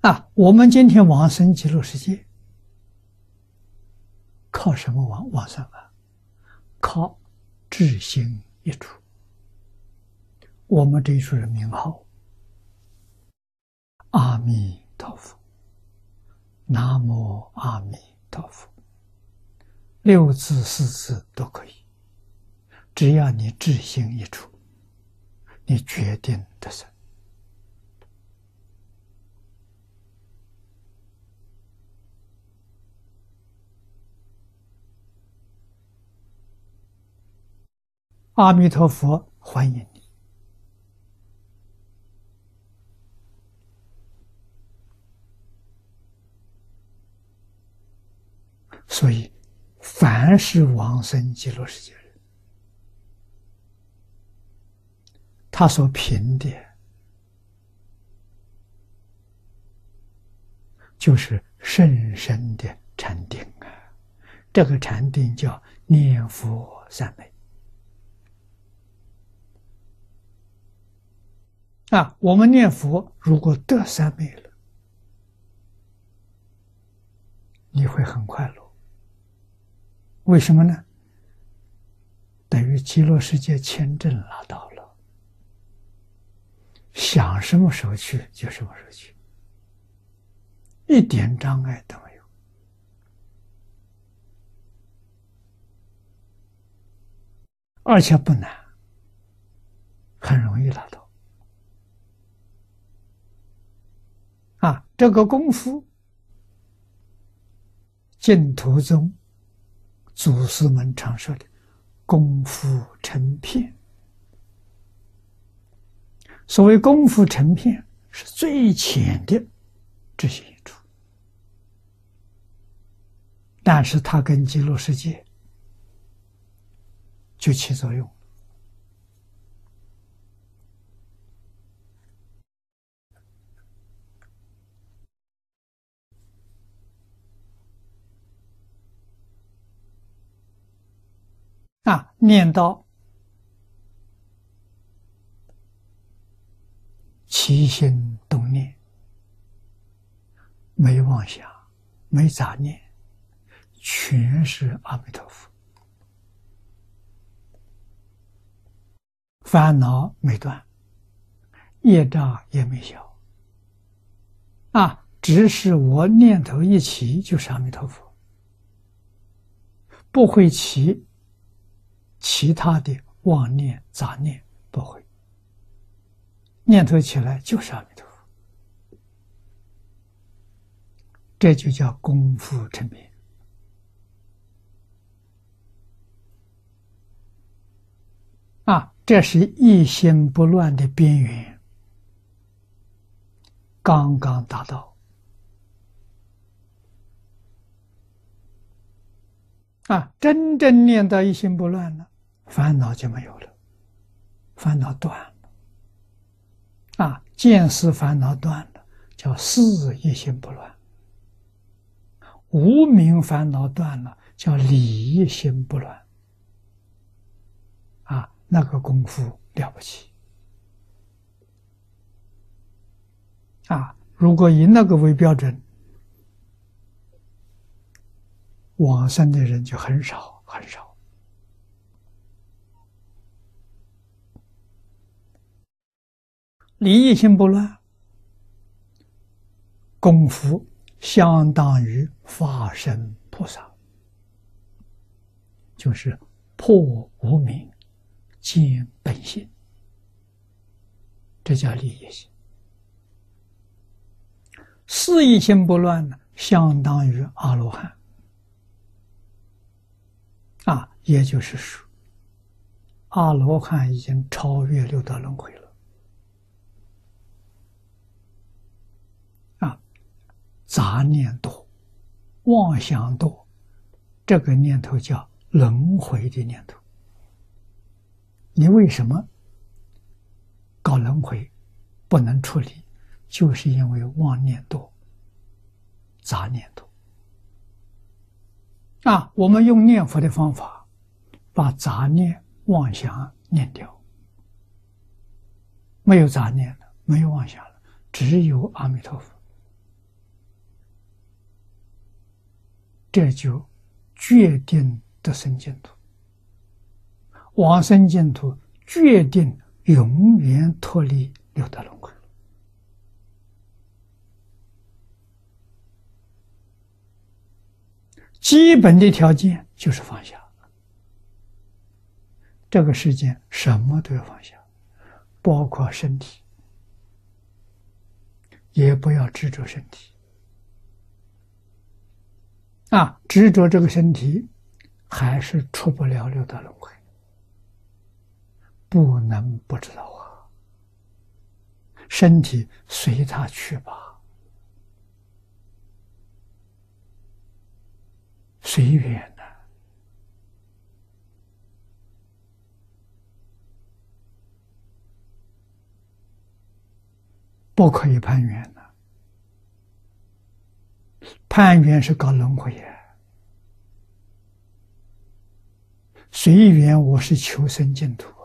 我们今天往生极乐世界，靠什么往生啊？靠至心一处。我们这一处人名号，阿弥陀佛，南无阿弥陀佛，6字4字都可以，只要你至心一处，你决定得生。阿弥陀佛欢迎你。所以，凡是往生极乐世界人，他所凭的，就是甚深的禅定啊。这个禅定叫念佛三昧。我们念佛如果得三昧了，你会很快乐。为什么呢？等于极乐世界签证拿到了，想什么时候去就什么时候去，一点障碍都没有。而且不难，很容易拿到。这个功夫，净土宗祖师们常说的功夫成片。所谓功夫成片，是最浅的知行一处，但是它跟极乐世界就起作用。念到起心动念，没妄想，没杂念，全是阿弥陀佛，烦恼没断，业障也没消。只是我念头一起就是阿弥陀佛，不会起其他的妄念杂念，不会，念头起来就是阿弥陀佛，这就叫功夫成片。这是一心不乱的边缘，刚刚达到。真正念到一心不乱了，烦恼就没有了，烦恼断了。见思烦恼断了，叫事一心不乱；无明烦恼断了，叫理一心不乱。那个功夫了不起。如果以那个为标准，往生的人就很少很少。理一心不乱，功夫相当于法身菩萨，就是破无明见本性，这叫理一心。事一心不乱呢，相当于阿罗汉。也就是说，阿罗汉已经超越六道轮回了。杂念多，妄想多，这个念头叫轮回的念头。你为什么搞轮回不能处理？就是因为妄念多，杂念多。我们用念佛的方法，把杂念妄想念掉，没有杂念了，没有妄想了，只有阿弥陀佛。 这就决定得生净土。往生净土决定永远脱离六道轮回。基本的条件就是放下。这个世间什么都要放下，包括身体，也不要执着身体。执着这个身体，还是出不了六道轮回。不能不知道啊，身体随他去吧，随缘呐。不可以攀缘呐，攀缘是搞轮回呀。随缘我是求生净土。